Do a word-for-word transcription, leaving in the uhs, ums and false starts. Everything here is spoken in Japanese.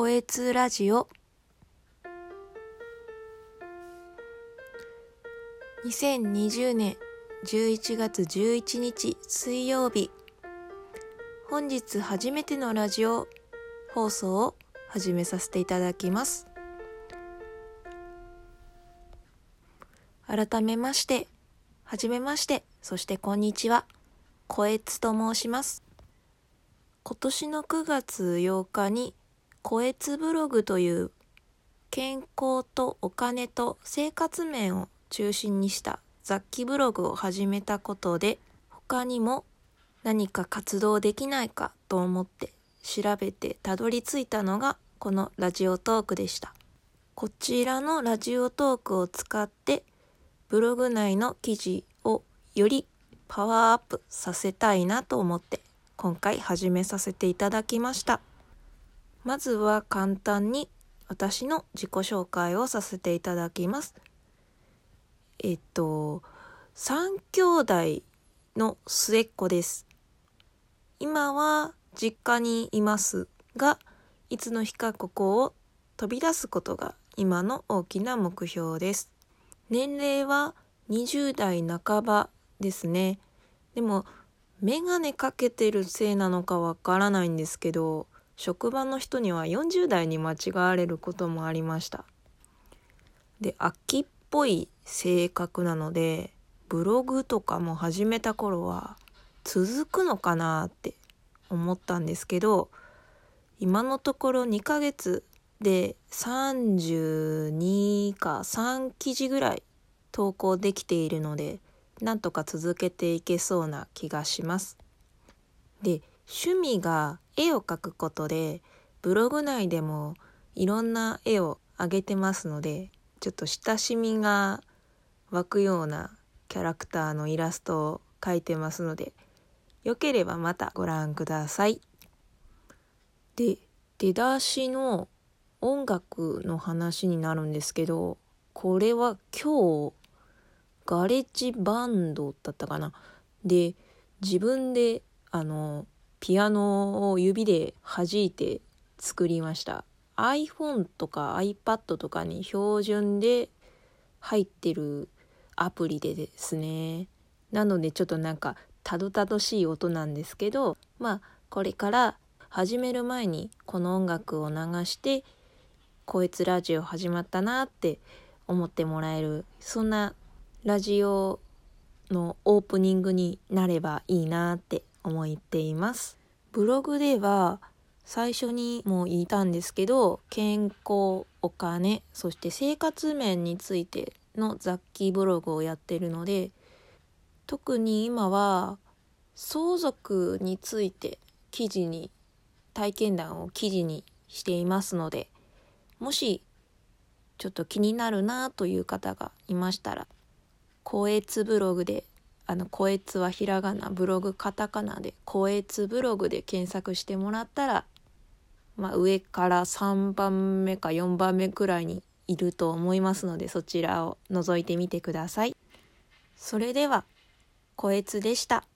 こえつラジオにせんにじゅうねんじゅういちがつじゅういちにち水曜日、本日初めてのラジオ放送を始めさせていただきます。改めまして、はじめまして、そしてこんにちは、こえつと申します。今年のくがつようかにこえつブログという健康とお金と生活面を中心にした雑記ブログを始めたことで、他にも何か活動できないかと思って調べてたどり着いたのがこのラジオトークでした。こちらのラジオトークを使ってブログ内の記事をよりパワーアップさせたいなと思って今回始めさせていただきました。まずは簡単に私の自己紹介をさせていただきます。えっと、三兄弟の末っ子です。今は実家にいますが、いつの日かここを飛び出すことが今の大きな目標です。年齢はにじゅうだいなかばですね。でも、メガネかけてるせいなのかわからないんですけど、職場の人にはよんじゅうだいに間違われることもありました。で、秋っぽい性格なので、ブログとかも始めた頃は続くのかなって思ったんですけど、今のところにかげつでさんじゅうにかさんきじぐらい投稿できているので、なんとか続けていけそうな気がします。で、趣味が絵を描くことで、ブログ内でもいろんな絵を上げてますので、ちょっと親しみが湧くようなキャラクターのイラストを描いてますので、よければまたご覧ください。で、出だしの音楽の話になるんですけど、これは今日ガレッジバンドだったかな。で、自分であのピアノを指で弾いて作りました。iPhone とか iPad とかに標準で入ってるアプリでですね。なのでちょっとなんかたどたどしい音なんですけど、まあこれから始める前にこの音楽を流してこいつラジオ始まったなって思ってもらえる、そんなラジオのオープニングになればいいなって思っています。ブログでは最初にも言ったんですけど、健康、お金、そして生活面についての雑記ブログをやってるので、特に今は相続について記事に体験談を記事にしていますので、もしちょっと気になるなという方がいましたら、こえつブログで、あのこえつはひらがな、ブログカタカナでこえつブログで検索してもらったら、まあ、上からさんばんめかよんばんめくらいにいると思いますので、そちらを覗いてみてください。それではこえつでした。